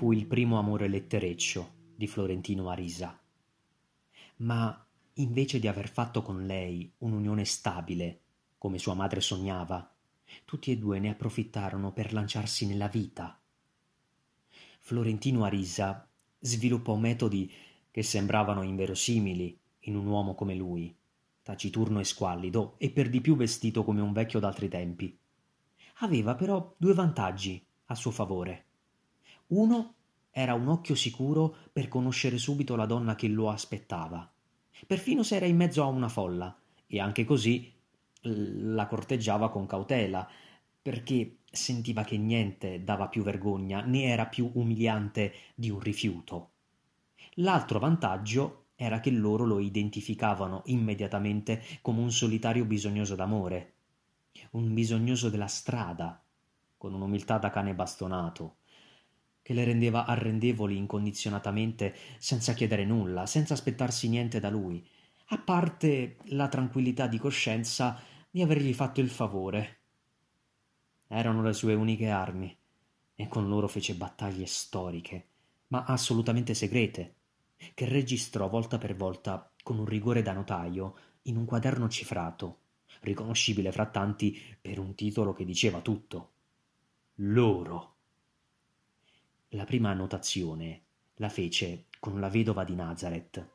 fu il primo amore lettereccio di Florentino Arisa, ma invece di aver fatto con lei un'unione stabile, come sua madre sognava, tutti e due ne approfittarono per lanciarsi nella vita. Florentino Arisa sviluppò metodi che sembravano inverosimili in un uomo come lui, taciturno e squallido e per di più vestito come un vecchio d'altri tempi. Aveva però due vantaggi a suo favore. Uno era un occhio sicuro per conoscere subito la donna che lo aspettava, perfino se era in mezzo a una folla, e anche così la corteggiava con cautela, perché sentiva che niente dava più vergogna né era più umiliante di un rifiuto. L'altro vantaggio era che loro lo identificavano immediatamente come un solitario bisognoso d'amore, un bisognoso della strada, con un'umiltà da cane bastonato, che le rendeva arrendevoli incondizionatamente senza chiedere nulla, senza aspettarsi niente da lui, a parte la tranquillità di coscienza di avergli fatto il favore. Erano le sue uniche armi, e con loro fece battaglie storiche, ma assolutamente segrete, che registrò volta per volta con un rigore da notaio in un quaderno cifrato, riconoscibile fra tanti per un titolo che diceva tutto. Loro. La prima annotazione la fece con la vedova di Nazareth.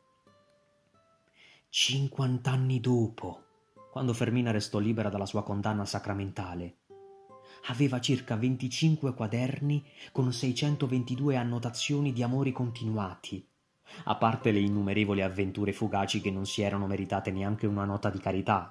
50 anni dopo, quando Fermina restò libera dalla sua condanna sacramentale, aveva circa 25 quaderni con 622 annotazioni di amori continuati, a parte le innumerevoli avventure fugaci che non si erano meritate neanche una nota di carità.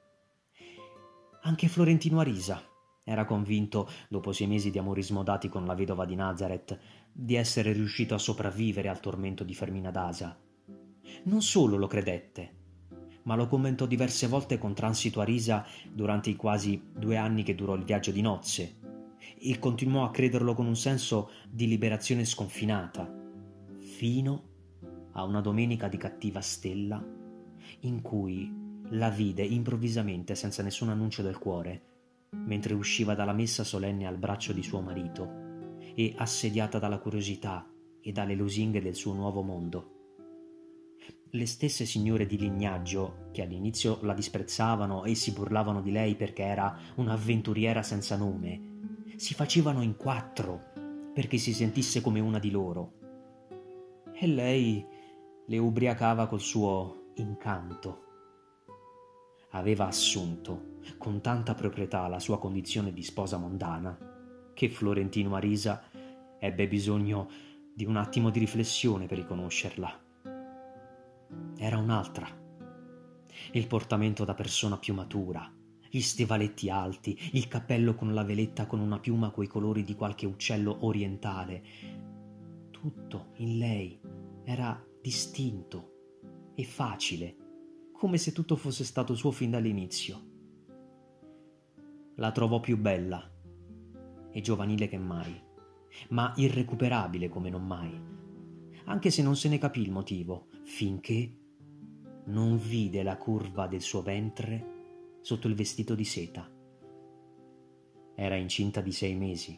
Anche Florentino Arisa era convinto, dopo 6 mesi di amori smodati con la vedova di Nazareth, di essere riuscito a sopravvivere al tormento di Fermina Daza. Non solo lo credette, ma lo commentò diverse volte con transito a risa durante i quasi 2 anni che durò il viaggio di nozze, e continuò a crederlo con un senso di liberazione sconfinata, fino a una domenica di cattiva stella in cui la vide improvvisamente senza nessun annuncio del cuore, mentre usciva dalla messa solenne al braccio di suo marito e assediata dalla curiosità e dalle lusinghe del suo nuovo mondo. Le stesse signore di lignaggio, che all'inizio la disprezzavano e si burlavano di lei perché era un'avventuriera senza nome, si facevano in 4 perché si sentisse come una di loro. E lei le ubriacava col suo incanto. Aveva assunto con tanta proprietà la sua condizione di sposa mondana che Florentino Arisa ebbe bisogno di un attimo di riflessione per riconoscerla. Era un'altra. Il portamento da persona più matura, gli stivaletti alti, il cappello con la veletta con una piuma coi colori di qualche uccello orientale. Tutto in lei era distinto e facile, come se tutto fosse stato suo fin dall'inizio. La trovò più bella e giovanile che mai, ma irrecuperabile come non mai, anche se non se ne capì il motivo, finché non vide la curva del suo ventre sotto il vestito di seta. Era incinta di 6 mesi.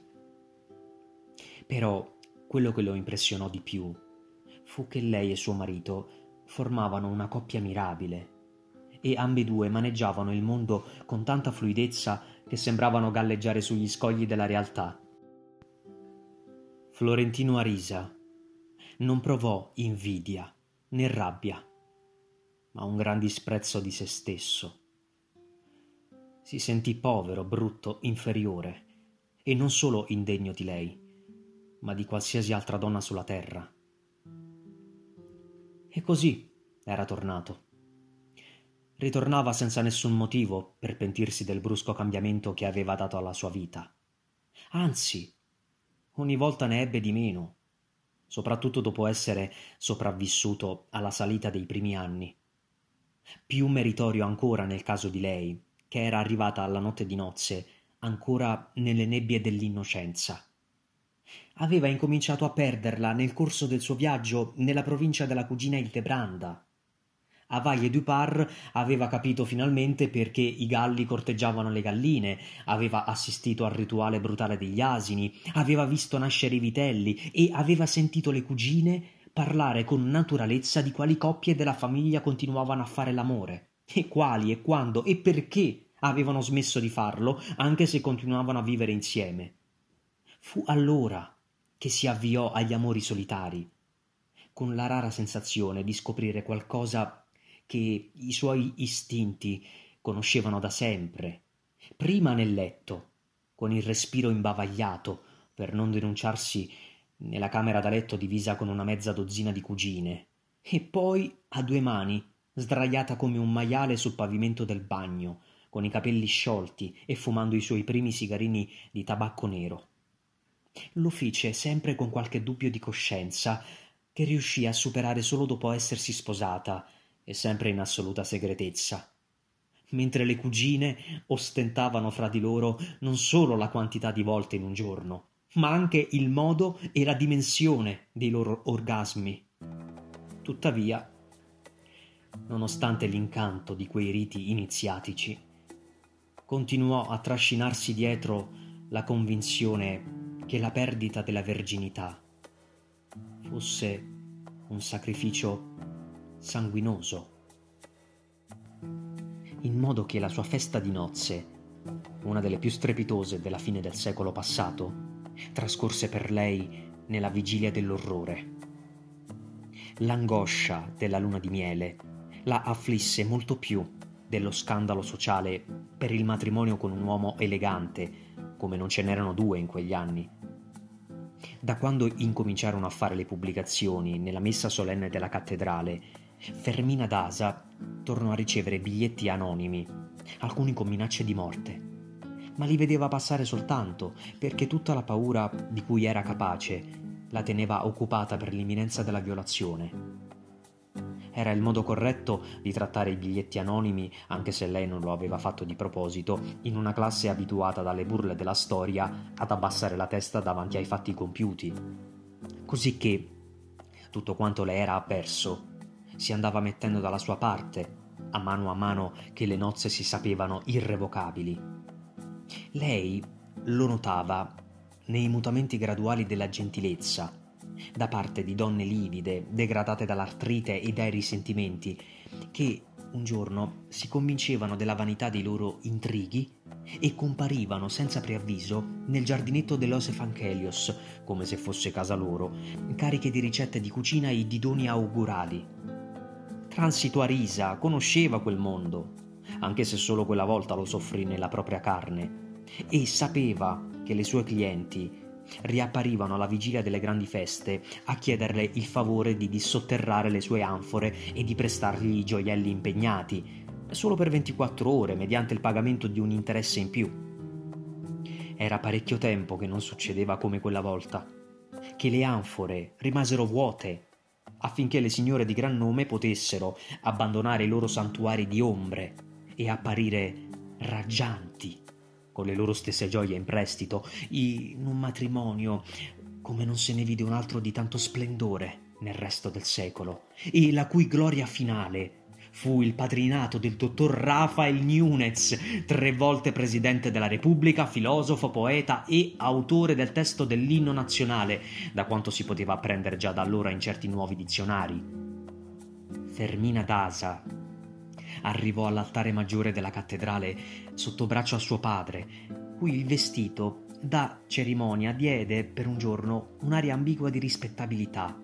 Però quello che lo impressionò di più fu che lei e suo marito formavano una coppia mirabile e ambedue maneggiavano il mondo con tanta fluidezza che sembravano galleggiare sugli scogli della realtà. Florentino Arisa non provò invidia né rabbia, ma un gran disprezzo di se stesso. Si sentì povero, brutto, inferiore, e non solo indegno di lei, ma di qualsiasi altra donna sulla terra. E così era tornato. Ritornava senza nessun motivo per pentirsi del brusco cambiamento che aveva dato alla sua vita. Anzi, ogni volta ne ebbe di meno, soprattutto dopo essere sopravvissuto alla salita dei primi anni. Più meritorio ancora nel caso di lei, che era arrivata alla notte di nozze ancora nelle nebbie dell'innocenza. Aveva incominciato a perderla nel corso del suo viaggio nella provincia della cugina Ildebranda. A Valle-du-Par aveva capito finalmente perché i galli corteggiavano le galline, aveva assistito al rituale brutale degli asini, aveva visto nascere i vitelli e aveva sentito le cugine parlare con naturalezza di quali coppie della famiglia continuavano a fare l'amore, e quali e quando e perché avevano smesso di farlo, anche se continuavano a vivere insieme. Fu allora che si avviò agli amori solitari, con la rara sensazione di scoprire qualcosa che i suoi istinti conoscevano da sempre, prima nel letto, con il respiro imbavagliato, per non denunciarsi nella camera da letto divisa con una mezza dozzina di cugine, e poi a due mani, sdraiata come un maiale sul pavimento del bagno, con i capelli sciolti e fumando i suoi primi sigarini di tabacco nero. Lo fece sempre con qualche dubbio di coscienza che riuscì a superare solo dopo essersi sposata e sempre in assoluta segretezza, mentre le cugine ostentavano fra di loro non solo la quantità di volte in un giorno, ma anche il modo e la dimensione dei loro orgasmi. Tuttavia, nonostante l'incanto di quei riti iniziatici, continuò a trascinarsi dietro la convinzione che la perdita della verginità fosse un sacrificio sanguinoso, in modo che la sua festa di nozze, una delle più strepitose della fine del secolo passato, trascorse per lei nella vigilia dell'orrore. L'angoscia della luna di miele la afflisse molto più dello scandalo sociale per il matrimonio con un uomo elegante, come non ce n'erano due in quegli anni. Da quando incominciarono a fare le pubblicazioni nella messa solenne della cattedrale, Fermina Daza tornò a ricevere biglietti anonimi, alcuni con minacce di morte, ma li vedeva passare soltanto perché tutta la paura di cui era capace la teneva occupata per l'imminenza della violazione. Era il modo corretto di trattare i biglietti anonimi, anche se lei non lo aveva fatto di proposito, in una classe abituata dalle burle della storia ad abbassare la testa davanti ai fatti compiuti. Cosicché tutto quanto le era apperso si andava mettendo dalla sua parte, a mano che le nozze si sapevano irrevocabili. Lei lo notava nei mutamenti graduali della gentilezza, da parte di donne livide, degradate dall'artrite e dai risentimenti, che un giorno si convincevano della vanità dei loro intrighi e comparivano senza preavviso nel giardinetto dell'Osef Anchelios, come se fosse casa loro, cariche di ricette di cucina e di doni augurali. Transito a risa, conosceva quel mondo, anche se solo quella volta lo soffrì nella propria carne, e sapeva che le sue clienti riapparivano alla vigilia delle grandi feste a chiederle il favore di dissotterrare le sue anfore e di prestargli i gioielli impegnati, solo per 24 ore, mediante il pagamento di un interesse in più. Era parecchio tempo che non succedeva come quella volta, che le anfore rimasero vuote, affinché le signore di gran nome potessero abbandonare i loro santuari di ombre e apparire raggianti con le loro stesse gioie in prestito, in un matrimonio come non se ne vide un altro di tanto splendore nel resto del secolo, e la cui gloria finale fu il padrinato del dottor Raphael Nunez, 3 volte presidente della Repubblica, filosofo, poeta e autore del testo dell'inno nazionale, da quanto si poteva apprendere già da allora in certi nuovi dizionari. Fermina Daza arrivò all'altare maggiore della cattedrale sotto braccio a suo padre, cui il vestito da cerimonia diede per un giorno un'aria ambigua di rispettabilità.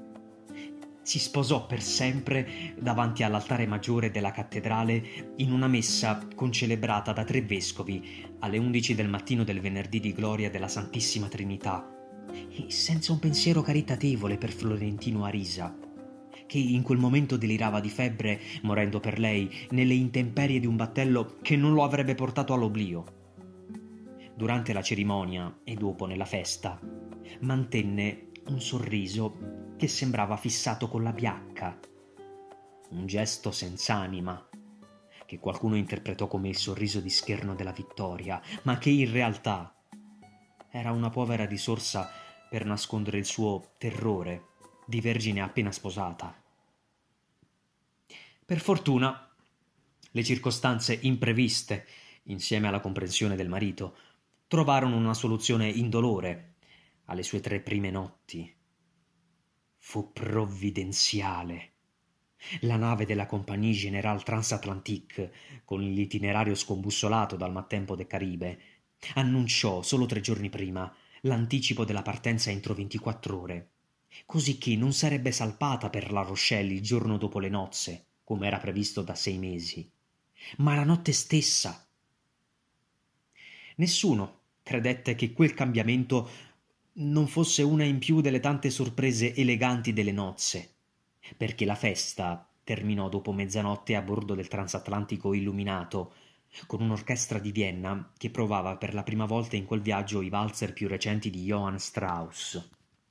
Si sposò per sempre davanti all'altare maggiore della cattedrale in una messa concelebrata da 3 vescovi alle 11 del mattino del venerdì di gloria della Santissima Trinità, e senza un pensiero caritatevole per Florentino Arisa, che in quel momento delirava di febbre, morendo per lei nelle intemperie di un battello che non lo avrebbe portato all'oblio. Durante la cerimonia e dopo nella festa mantenne un sorriso che sembrava fissato con la biacca, un gesto senz'anima che qualcuno interpretò come il sorriso di scherno della vittoria, ma che in realtà era una povera risorsa per nascondere il suo terrore di vergine appena sposata. Per fortuna, le circostanze impreviste, insieme alla comprensione del marito, trovarono una soluzione indolore alle sue 3 prime notti. Fu provvidenziale. La nave della Compagnie Générale Transatlantique, con l'itinerario scombussolato dal maltempo del Caribe, annunciò solo 3 giorni prima l'anticipo della partenza entro 24 ore, cosicché non sarebbe salpata per La Rochelle il giorno dopo le nozze, come era previsto da 6 mesi, ma la notte stessa. Nessuno credette che quel cambiamento non fosse una in più delle tante sorprese eleganti delle nozze, perché la festa terminò dopo mezzanotte a bordo del transatlantico illuminato, con un'orchestra di Vienna che provava per la prima volta in quel viaggio i valzer più recenti di Johann Strauss.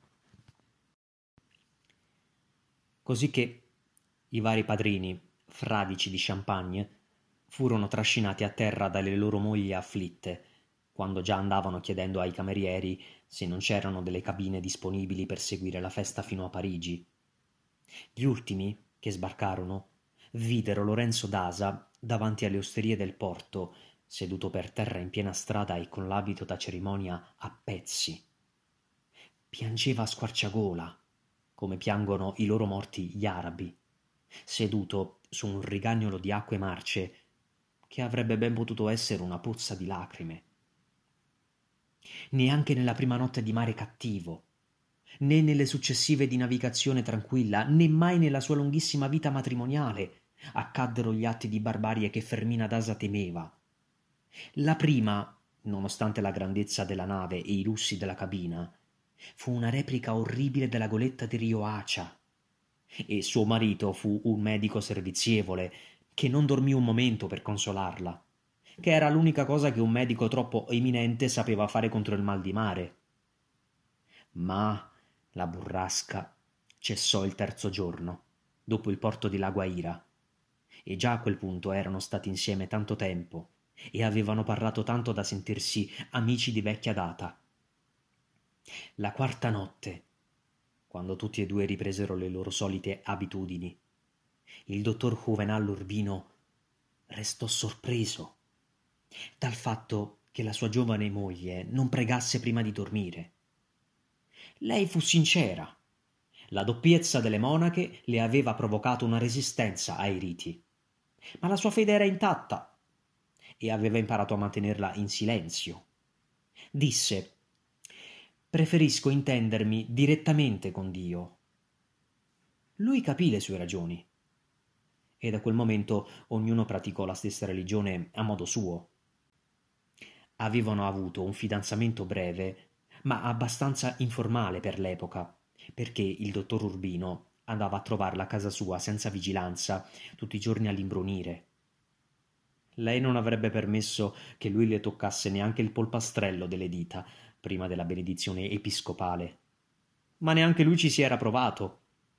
Cosicché i vari padrini, fradici di champagne, furono trascinati a terra dalle loro mogli afflitte, quando già andavano chiedendo ai camerieri se non c'erano delle cabine disponibili per seguire la festa fino a Parigi. Gli ultimi, che sbarcarono, videro Lorenzo Dasa davanti alle osterie del porto, seduto per terra in piena strada e con l'abito da cerimonia a pezzi. Piangeva a squarciagola, come piangono i loro morti gli arabi, seduto su un rigagnolo di acque marce che avrebbe ben potuto essere una pozza di lacrime. Neanche nella prima notte di mare cattivo, né nelle successive di navigazione tranquilla, né mai nella sua lunghissima vita matrimoniale accaddero gli atti di barbarie che Fermina Dasa temeva. La prima, nonostante la grandezza della nave e i lussi della cabina, fu una replica orribile della goletta di Rio Acia, e suo marito fu un medico servizievole che non dormì un momento per consolarla, che era l'unica cosa che un medico troppo eminente sapeva fare contro il mal di mare. Ma la burrasca cessò il 3° giorno, dopo il porto di La Guaira, e già a quel punto erano stati insieme tanto tempo e avevano parlato tanto da sentirsi amici di vecchia data. La 4ª notte, quando tutti e 2 ripresero le loro solite abitudini, il dottor Juvenal Urbino restò sorpreso dal fatto che la sua giovane moglie non pregasse prima di dormire. Lei fu sincera. La doppiezza delle monache le aveva provocato una resistenza ai riti, ma la sua fede era intatta e aveva imparato a mantenerla in silenzio. Disse: «Preferisco intendermi direttamente con Dio». Lui capì le sue ragioni e da quel momento ognuno praticò la stessa religione a modo suo. Avevano avuto un fidanzamento breve, ma abbastanza informale per l'epoca, perché il dottor Urbino andava a trovarla a casa sua senza vigilanza, tutti i giorni all'imbrunire. Lei non avrebbe permesso che lui le toccasse neanche il polpastrello delle dita prima della benedizione episcopale, ma neanche lui ci si era provato.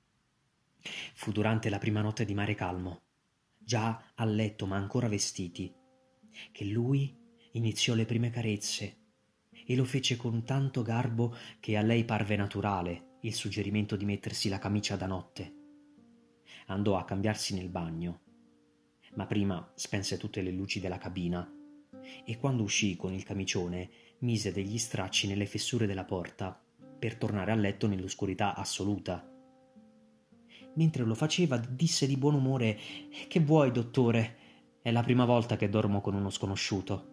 Fu durante la prima notte di mare calmo, già a letto ma ancora vestiti, che lui iniziò le prime carezze, e lo fece con tanto garbo che a lei parve naturale il suggerimento di mettersi la camicia da notte. Andò a cambiarsi nel bagno, ma prima spense tutte le luci della cabina e quando uscì con il camicione mise degli stracci nelle fessure della porta per tornare a letto nell'oscurità assoluta. Mentre lo faceva disse di buon umore: «Che vuoi, dottore? È la prima volta che dormo con uno sconosciuto».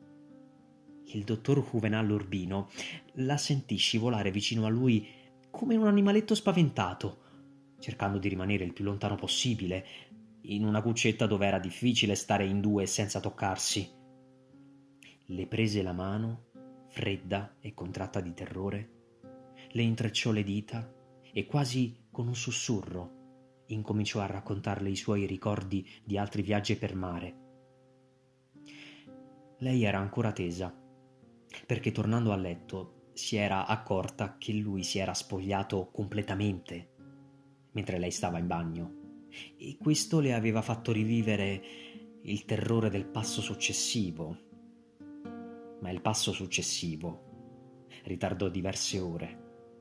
Il dottor Juvenal Urbino la sentì scivolare vicino a lui come un animaletto spaventato, cercando di rimanere il più lontano possibile, in una cuccetta dove era difficile stare in 2 senza toccarsi. Le prese la mano, fredda e contratta di terrore, le intrecciò le dita e quasi con un sussurro incominciò a raccontarle i suoi ricordi di altri viaggi per mare. Lei era ancora tesa, perché tornando a letto si era accorta che lui si era spogliato completamente mentre lei stava in bagno, e questo le aveva fatto rivivere il terrore del passo successivo. Ma il passo successivo ritardò diverse ore,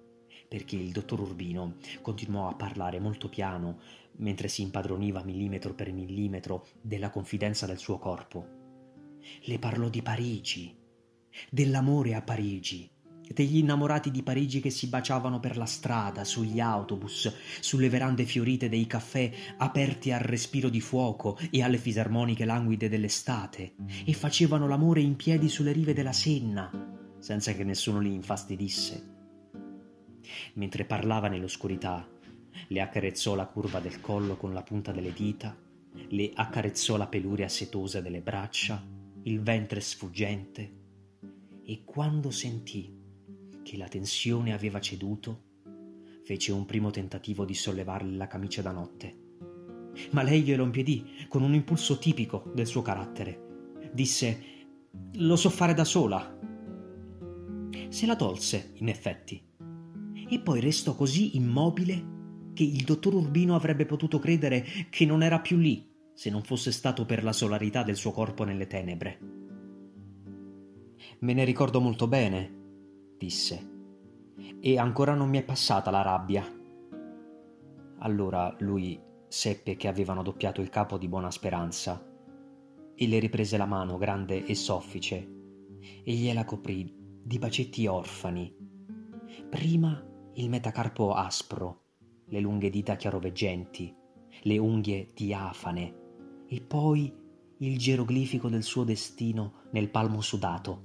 perché il dottor Urbino continuò a parlare molto piano mentre si impadroniva millimetro per millimetro della confidenza del suo corpo. Le parlò di Parigi, dell'amore a Parigi, degli innamorati di Parigi che si baciavano per la strada, sugli autobus, sulle verande fiorite dei caffè aperti al respiro di fuoco e alle fisarmoniche languide dell'estate, e facevano l'amore in piedi sulle rive della Senna, senza che nessuno li infastidisse. Mentre parlava nell'oscurità, le accarezzò la curva del collo con la punta delle dita, le accarezzò la peluria setosa delle braccia, il ventre sfuggente, e quando sentì che la tensione aveva ceduto, fece un primo tentativo di sollevarle la camicia da notte. Ma lei glielo impedì con un impulso tipico del suo carattere. Disse: «Lo so fare da sola». Se la tolse, in effetti, e poi restò così immobile che il dottor Urbino avrebbe potuto credere che non era più lì se non fosse stato per la solarità del suo corpo nelle tenebre. «Me ne ricordo molto bene», disse, «e ancora non mi è passata la rabbia». Allora lui seppe che avevano doppiato il capo di Buona Speranza e le riprese la mano grande e soffice e gliela coprì di bacetti orfani. Prima il metacarpo aspro, le lunghe dita chiaroveggenti, le unghie diafane, e poi il geroglifico del suo destino nel palmo sudato.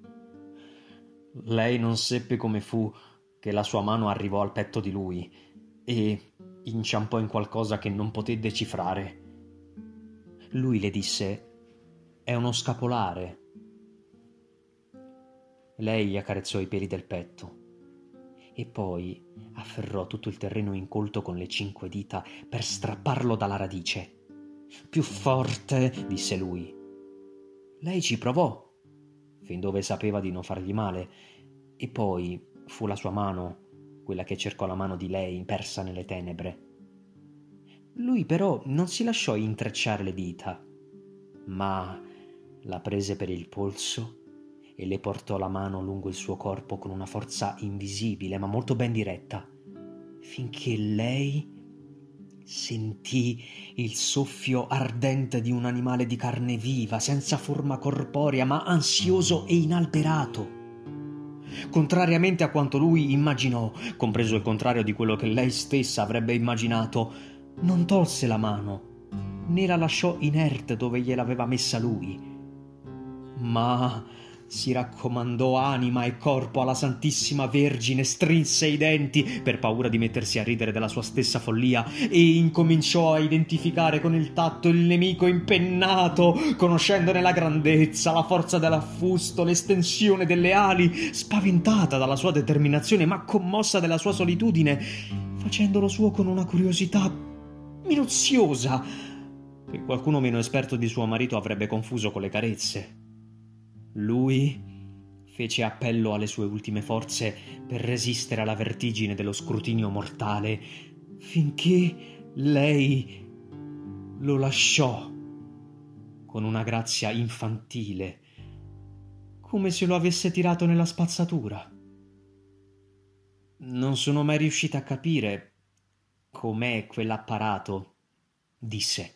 Lei non seppe come fu che la sua mano arrivò al petto di lui e inciampò in qualcosa che non poté decifrare. Lui le disse: «È uno scapolare». Lei gli accarezzò i peli del petto e poi afferrò tutto il terreno incolto con le 5 dita per strapparlo dalla radice. «Più forte», disse lui. Lei ci provò, fin dove sapeva di non fargli male, e poi fu la sua mano quella che cercò la mano di lei impersa nelle tenebre. Lui però non si lasciò intrecciare le dita, ma la prese per il polso e le portò la mano lungo il suo corpo con una forza invisibile ma molto ben diretta, finché lei sentì il soffio ardente di un animale di carne viva, senza forma corporea, ma ansioso e inalberato. Contrariamente a quanto lui immaginò, compreso il contrario di quello che lei stessa avrebbe immaginato, non tolse la mano, né la lasciò inerte dove gliel'aveva messa lui, ma si raccomandò anima e corpo alla Santissima Vergine, strinse i denti per paura di mettersi a ridere della sua stessa follia e incominciò a identificare con il tatto il nemico impennato, conoscendone la grandezza, la forza dell'affusto, l'estensione delle ali, spaventata dalla sua determinazione ma commossa della sua solitudine, facendolo suo con una curiosità minuziosa che qualcuno meno esperto di suo marito avrebbe confuso con le carezze. Lui fece appello alle sue ultime forze per resistere alla vertigine dello scrutinio mortale, finché lei lo lasciò con una grazia infantile, come se lo avesse tirato nella spazzatura. Non sono mai riuscita a capire com'è quell'apparato, disse.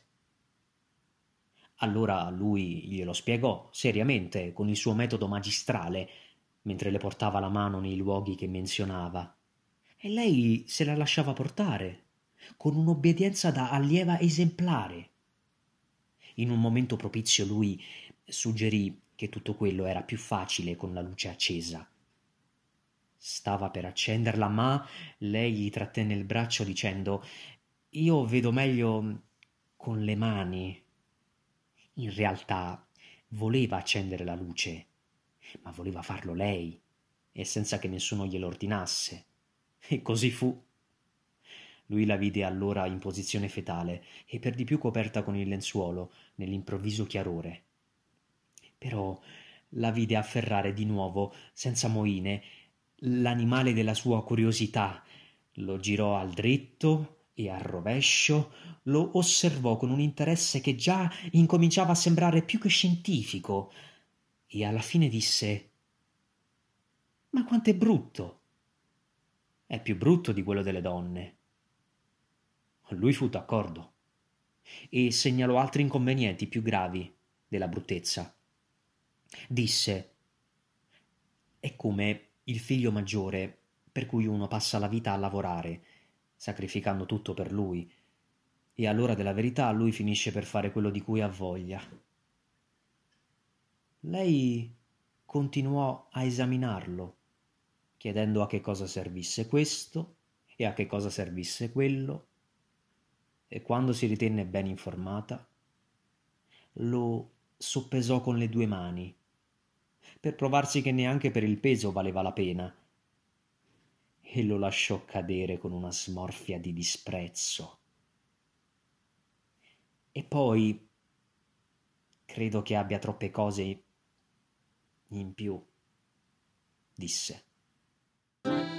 Allora lui glielo spiegò seriamente con il suo metodo magistrale, mentre le portava la mano nei luoghi che menzionava, e lei se la lasciava portare con un'obbedienza da allieva esemplare. In un momento propizio lui suggerì che tutto quello era più facile con la luce accesa. Stava per accenderla, ma lei gli trattenne il braccio dicendo: «Io vedo meglio con le mani». In realtà voleva accendere la luce, ma voleva farlo lei, e senza che nessuno glielo ordinasse. E così fu. Lui la vide allora in posizione fetale e per di più coperta con il lenzuolo, nell'improvviso chiarore. Però la vide afferrare di nuovo, senza moine, l'animale della sua curiosità, lo girò al dritto e al rovescio, lo osservò con un interesse che già incominciava a sembrare più che scientifico, e alla fine disse: «Ma quanto è brutto!» è più brutto di quello delle donne. Lui fu d'accordo e segnalò altri inconvenienti più gravi della bruttezza. Disse: è come il figlio maggiore per cui uno passa la vita a lavorare, sacrificando tutto per lui, e all'ora della verità lui finisce per fare quello di cui ha voglia. Lei continuò a esaminarlo, chiedendo a che cosa servisse questo e a che cosa servisse quello, e quando si ritenne ben informata, lo soppesò con le 2 mani, per provarsi che neanche per il peso valeva la pena, e lo lasciò cadere con una smorfia di disprezzo. E poi credo che abbia troppe cose in più, disse.